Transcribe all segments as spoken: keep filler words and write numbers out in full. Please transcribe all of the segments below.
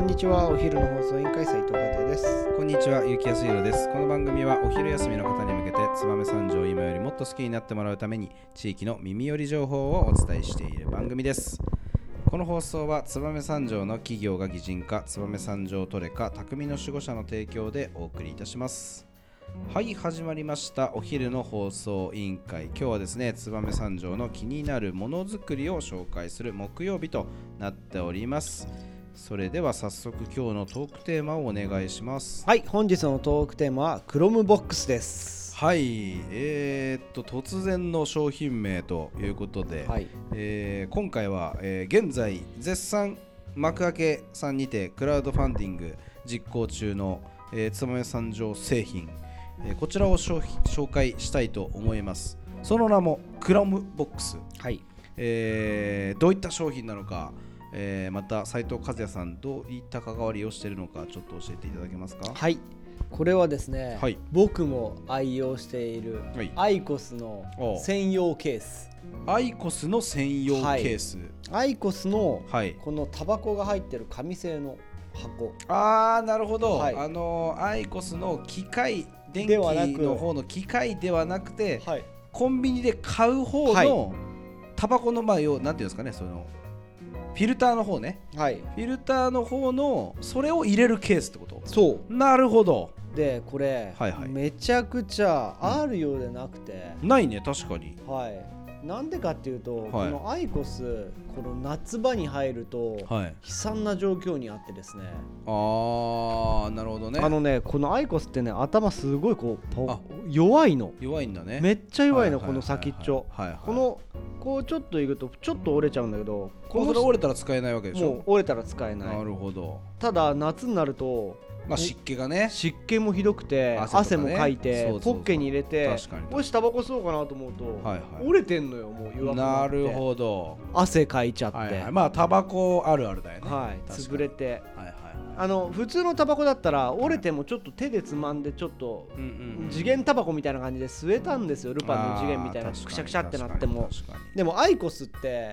んにちは。お昼の放送委員会斉藤和也です。 こんにちは、ゆうきやすひろです。この番組はお昼休みの方に向けて燕三条を今よりもっと好きになってもらうために地域の耳寄り情報をお伝えしている番組です。この放送は燕三条の企業が擬人化、燕三条トレカ、匠の守護者の提供でお送りいたします。はい、始まりましたお昼の放送委員会。今日はですね、燕三条の気になるものづくりを紹介する木曜日となっております。それでは早速今日のトークテーマをお願いします。 はい、本日のトークテーマはクロムボックスです。 はい、えー、っと突然の商品名ということで、はい、えー、今回は、えー、現在絶賛幕開けさんにてクラウドファンディング実行中の、えー、燕三条製品、えー、こちらを紹介したいと思います。その名もクロムボックス、はい、えー、どういった商品なのか、えー、また斉藤和也さんどういった関わりをしているのかちょっと教えていただけますか。 はい、これはですね、はい、僕も愛用している、はい、アイコスの専用ケース。 アイコスの専用ケース、 はい、アイコスのこのタバコが入ってる紙製の箱。 あー、なるほど、はい、あのアイコスの機械電気の方の機械ではなくて、はい、コンビニで買う方のタバコの前をなんていうんですかね、そのフィルターの方ね、はい、フィルターの方のそれを入れるケースってこと。 そう、 なるほど。 でこれ、はいはい、めちゃくちゃあるようでなくて、 うん、ないね、確かに。 はい、なんでかっていうと、はい、このアイコスこの夏場に入ると、はい、悲惨な状況にあってですね。 あー、なるほどね。 あのね、このアイコスってね、頭すごいこう弱いの。 弱いんだね。 めっちゃ弱いの、この先っちょ。このこうちょっといくとちょっと折れちゃうんだけど、 これ折れたら使えないわけでしょ。 もう折れたら使えない。 なるほど。 ただ夏になると、 まあ、湿気がね、 湿気もひどくて 汗,、ね、汗もかいて、そうそうそう、ポッケに入れて、もしタバコ吸おうかなと思うと、はいはい、折れてんのよ、もう弱くなって。 なるほど。 汗かいちゃって、はいはい、 まあタバコあるあるだよね。 はい、潰れて、 はいはい、 あの普通のタバコだったら折れてもちょっと手でつまんでちょっと、うんうんうん、次元タバコみたいな感じで吸えたんですよ。ルパンの次元みたいなくしゃくしゃってなっても。でもアイコスって、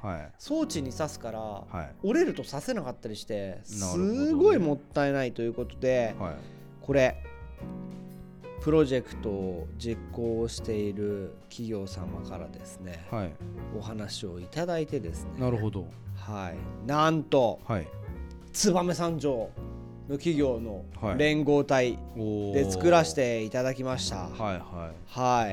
はい、装置に刺すから、はい、折れると刺せなかったりして、すごいもったいないということで、はい、これプロジェクトを実行している企業様からですね、はい、お話をいただいてですね。 なるほど。はい、 なんと、はい、燕三条の企業の連合体で作らせていただきました。はいはいはい。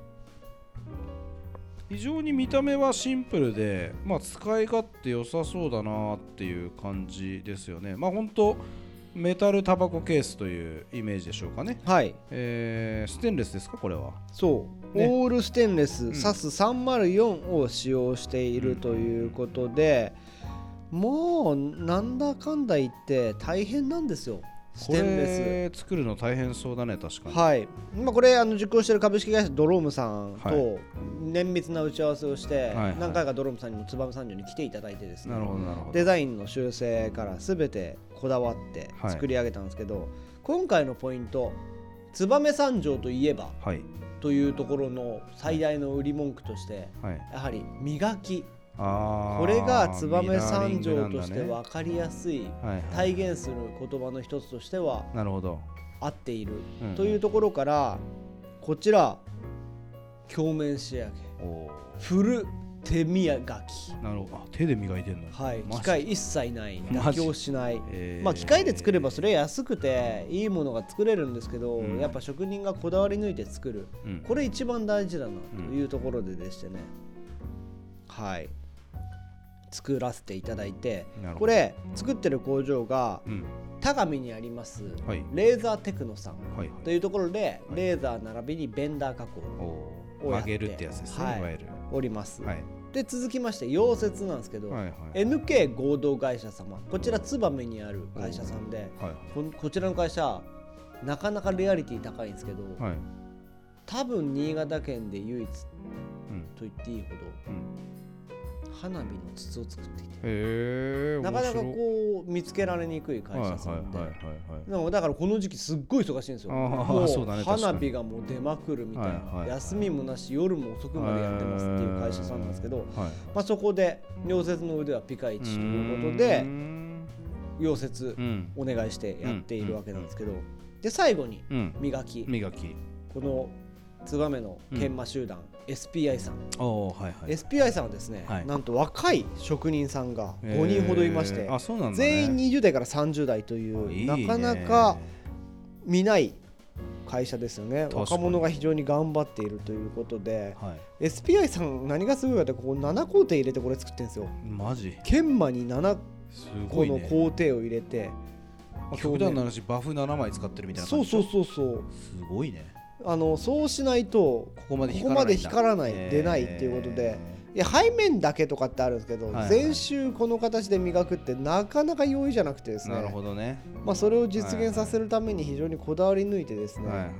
非常に見た目はシンプルで、まあ、使い勝手良さそうだなっていう感じですよね。まあ本当メタルタバコケースというイメージでしょうかね。はい、えー、ステンレスですか、これは。 そう、ね、オールステンレス、うん、サスさんまるよんを使用しているということで、うん、もうなんだかんだ言って大変なんですよ。ステンレスこれ作るの大変そうだね、確かに。 はい、まあ、これあの実行している株式会社ドロームさんと綿密な打ち合わせをして、はい、何回かドロームさんにも燕三条に来ていただいてですね、なるほどなるほど、デザインの修正から全てこだわって作り上げたんですけど、はい、今回のポイント、燕三条といえば、はい、というところの最大の売り文句として、はい、やはり磨き、あ、これが燕三条として分かりやすい、体現する言葉の一つとしては合っているというところから、こちら鏡面仕上げ、フル手磨き。 なるほど。あ、手で磨いてんの。 はい、機械一切ない、妥協しない、えー、まあ機械で作ればそれ安くていいものが作れるんですけど、うん、やっぱ職人がこだわり抜いて作る、うん、これ一番大事だなというところででしてね、うん、はい、作らせていただいて、これ作ってる工場が、うん、田上にあります、はい、レーザーテクノさんというところで、はい、レーザー並びにベンダー加工をやって、曲げるってやつですね、はい、いわゆるおります、はい、で続きまして溶接なんですけど、はいはい、エヌケー 合同会社様、こちら燕にある会社さんで、はい、こ, こちらの会社なかなかレアリティ高いんですけど、はい、多分新潟県で唯一、うん、と言っていいほど、うん、花火の筒を作っていて、へー、なかなかこう見つけられにくい会社さんで、だからこの時期すっごい忙しいんですよ。もう花火がもう出まくるみたいな、はいはい、休みもなし夜も遅くまでやってますっていう会社さんなんですけど、はい、まあ、そこで溶接の腕はピカイチということで溶接お願いしてやっているわけなんですけど、で最後に磨き、 磨きこの燕の研磨集団、うん、エスピーアイ さん、 はいはい、 エスピーアイ さんはですね、はい、なんと若い職人さんがごにんほどいまして、 あ、そうなんだね、 全員にじゅう代からさんじゅう代といういい、ね、なかなか見ない会社ですよね。若者が非常に頑張っているということで、はい、エスピーアイ さん何がすごいかって、ここなな工程入れてこれ作ってるんですよ。 マジ？ 研磨になな個の工程を入れて、 極端な話バフななまい使ってるみたいな感じ。 そうそうそうそう、 すごいね。 あのそうしないとここまで光らない、出ないっていうことで、いや背面だけとかってあるんですけど、はいはい、全周この形で磨くってなかなか容易じゃなくてですね。 なるほどね。 まあそれを実現させるために非常にこだわり抜いてですね、はいはいはい、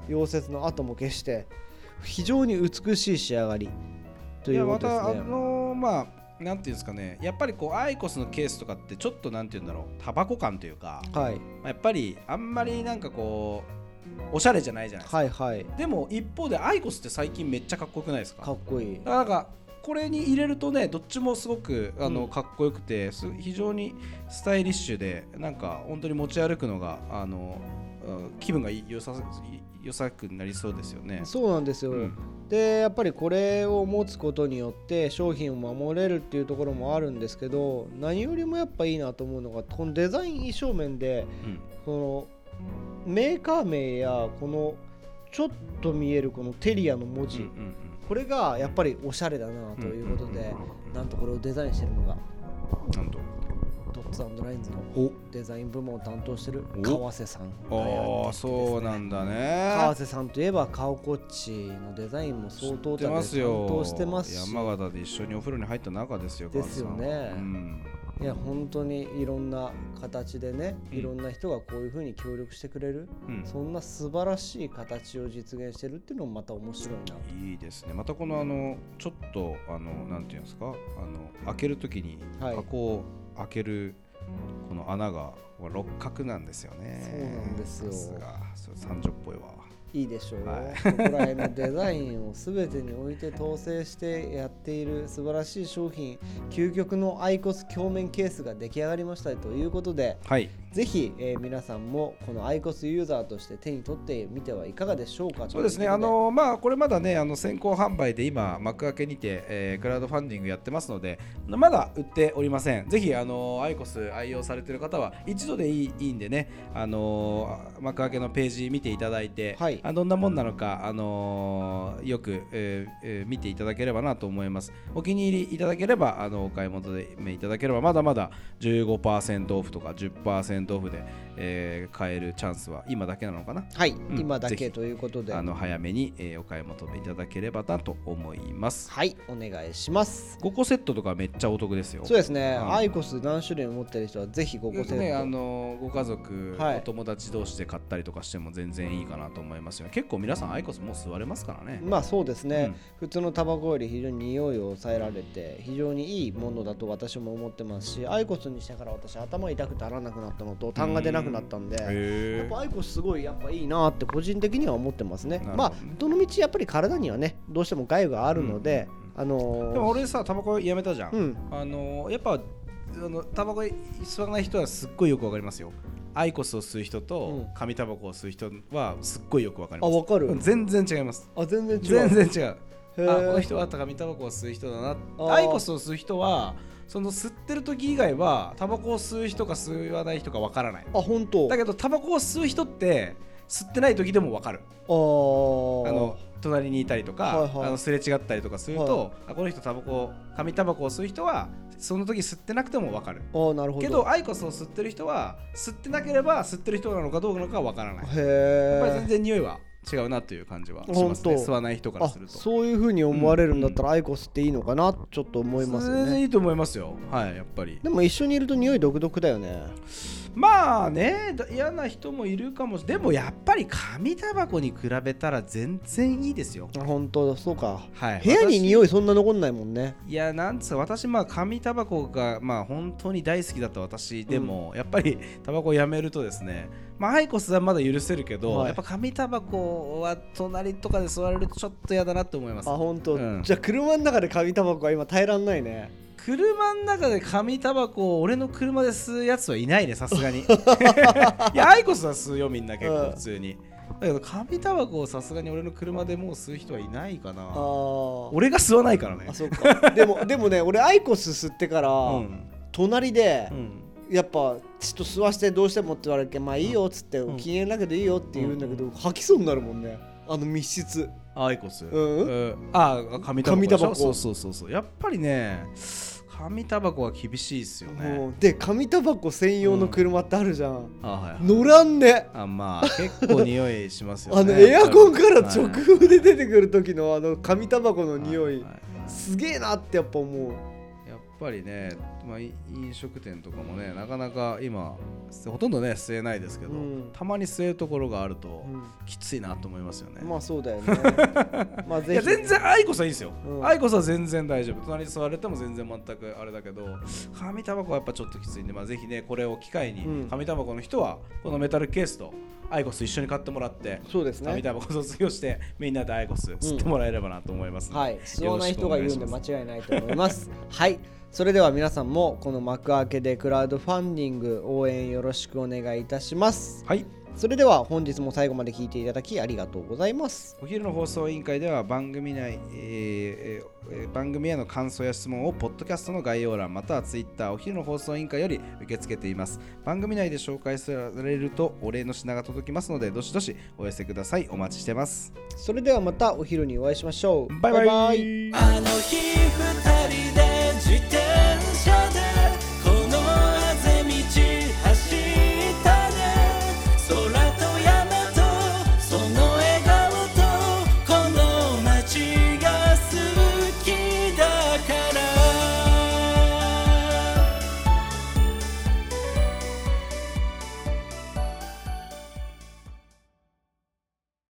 溶接の跡も消して非常に美しい仕上がりということですね。 いやまたあのー、まあなんていうんですかね、やっぱりこうアイコスのケースとかってちょっとなんていうんだろう、タバコ感というか、はい、やっぱりあんまりなんかこうおしゃれじゃないじゃないですか、はいはい、でも一方でアイコスって最近めっちゃかっこよくないですか。 かっこいい。 だからなんかこれに入れるとね、どっちもすごくあの、うん、かっこよくて非常にスタイリッシュで、なんか本当に持ち歩くのがあの気分が良さ良さくなりそうですよね。 そうなんですよ、うん、でやっぱりこれを持つことによって商品を守れるっていうところもあるんですけど、何よりもやっぱいいなと思うのが、このデザイン衣装面で、うん、このメーカー名やこのちょっと見えるこのテリアの文字、うんうんうん、これがやっぱりおしゃれだなということで、うんうんうんうん、なんとこれをデザインしてるのがなんとドッツ&ラインズのデザイン部門を担当してる川瀬さんがやってて、 ね、そうなんだね。 川瀬さんといえばカオコッチのデザインも相当担当してますし、 山形で一緒にお風呂に入った中ですよ。 ですよね、うん、いや本当にいろんな形でね、いろんな人がこういう風に協力してくれる、うん、そんな素晴らしい形を実現してるっていうのもまた面白いなと。 いいですね。またこのあのちょっとあのなんていうんですか、あの開けるときに箱を開けるこの穴が六角なんですよね。 そうなんですよ。 さすがそれ三女っぽいわ。 いいでしょう、はい、ここら辺のデザインを全てにおいて統制してやっている素晴らしい商品、究極のアイコス鏡面ケースが出来上がりましたということで、はい、ぜひ、えー、皆さんもこのアイコスユーザーとして手に取ってみてはいかがでしょうか。 そうですね、あのー、まあこれまだね、あの先行販売で今幕開けにて、えー、クラウドファンディングやってますので、まだ売っておりません。ぜひあのー、アイコス愛用されている方は一度でいい、いいんでね、あのー、幕開けのページ見ていただいて、はい、あどんなもんなのか、あのー、よく、えーえー、見ていただければなと思います。お気に入りいただければ、あのお買い求めいただければ、まだまだ じゅうごパーセント オフとか じゅっパーセント オフで、えー、買えるチャンスは今だけなのかな。 はい、うん、今だけということで、 あの早めに、えー、お買い求めいただければなと思います。 はい、お願いします。 ごこセットとかめっちゃお得ですよ。 そうですね、アイコス何種類持ってる人はぜひごこセット、ね、 あのご家族、はい、お友達同士で買ったりとかしても全然いいかなと思いますよ。結構皆さんアイコスもう吸われますからね。 まあそうですね、うん、普通のタバコより非常に匂いを抑えられて非常にいいものだと私も思ってますし、アイコスにしてから私頭痛くてならなくなったのと痰が出なくなったんで、やっぱアイコスすごいやっぱいいなって個人的には思ってますね。まあどのみちやっぱり体にはねどうしても害があるので、うん、あのー、 でも俺さタバコやめたじゃん、うん、あのー、やっぱあのタバコ吸わない人はすっごいよくわかりますよ。アイコスを吸う人と紙タバコを吸う人はすっごいよくわかります。 あ、わかる。 全然違います。 あ、全然違う。 全然違う。あ、この人は紙タバコを吸う人だな。アイコスを吸う人はその吸ってる時以外はタバコを吸う人か吸わない人かわからない。 あ、本当。 だけどタバコを吸う人って吸ってない時でもわかる。ああの隣にいたりとか、はいはい、あのすれ違ったりとかすると、はい、あこの人タバコ紙タバコを吸う人はその時吸ってなくても分かる。 あ、なるほど。 けどアイコスを吸ってる人は吸ってなければ吸ってる人なのかどうなのか分からない。へ、やっぱり全然匂いは違うなという感じはしますね。吸わない人からすると。 そういう風に思われるんだったら、うん、アイコスっていいのかなちょっと思いますよね。 全然いいと思いますよ。はい、やっぱり。 でも一緒にいると匂い独特だよね。 まあね、嫌な人もいるかもしれない。でもやっぱり紙タバコに比べたら全然いいですよ。 本当そうか、はい、部屋に匂いそんな残んないもんね。 いや、なんつうか私まあ紙タバコがまあ本当に大好きだった私でも、うん、やっぱりタバコをやめるとですね、まあアイコスはまだ許せるけど、はい、やっぱ紙タバコは隣とかで吸われるとちょっと嫌だなって思います。 あ、本当、うん、じゃあ車の中で紙タバコは今耐えらんないね。 車の中で紙タバコを俺の車で吸うやつはいないね、さすがに。いやアイコスは吸うよみんな結構普通に、うん、だけど紙タバコをさすがに俺の車でもう吸う人はいないかな。あ俺が吸わないからね。 あそうかでもでもね俺アイコス吸ってから、うん、隣で、うんやっぱちょっと吸わしてどうしてもって言われるけどまあいいよっつって、うん、禁煙だけどいいよって言うんだけど、うん、吐きそうになるもんねあの密室。 アイコス、 うん、 ああ紙タバコでしょ。 紙タバコそうそうそうそうやっぱりね紙タバコは厳しいっすよね。 で紙タバコ専用の車ってあるじゃん、うんあはいはい、乗らんね。 あまあ結構匂いしますよね。 あのエアコンから直風で出てくる時のあの紙タバコの匂い、はいはいはい、すげえなってやっぱ思う。 やっぱりね、まあ、飲食店とかもねなかなか今ほとんどね吸えないですけど、うん、たまに吸えるところがあると、うん、きついなと思いますよね。 まあそうだよねまあぜひいや全然アイコスはいいんですよ、うん、アイコスは全然大丈夫。隣に座れても全然全くあれだけど紙タバコはやっぱちょっときついんで、まあ、ぜひねこれを機会に紙タバコの人はこのメタルケースとアイコス一緒に買ってもらって、 そうですね、 紙タバコ卒業してみんなでアイコス吸ってもらえればなと思います、 うん、はい吸わない人が言うんで間違いないと思いますはいそれでは皆さんもこの幕開けでクラウドファンディング応援よろしくお願いいたします。 はいそれでは本日も最後まで聞いていただきありがとうございます。 お昼の放送委員会では番組内、えーえー、番組への感想や質問をポッドキャストの概要欄またはツイッターお昼の放送委員会より受け付けています。番組内で紹介されるとお礼の品が届きますのでどしどしお寄せください。お待ちしてます。 それではまたお昼にお会いしましょう。 バイバイ。 バイバイ。あの日ふたり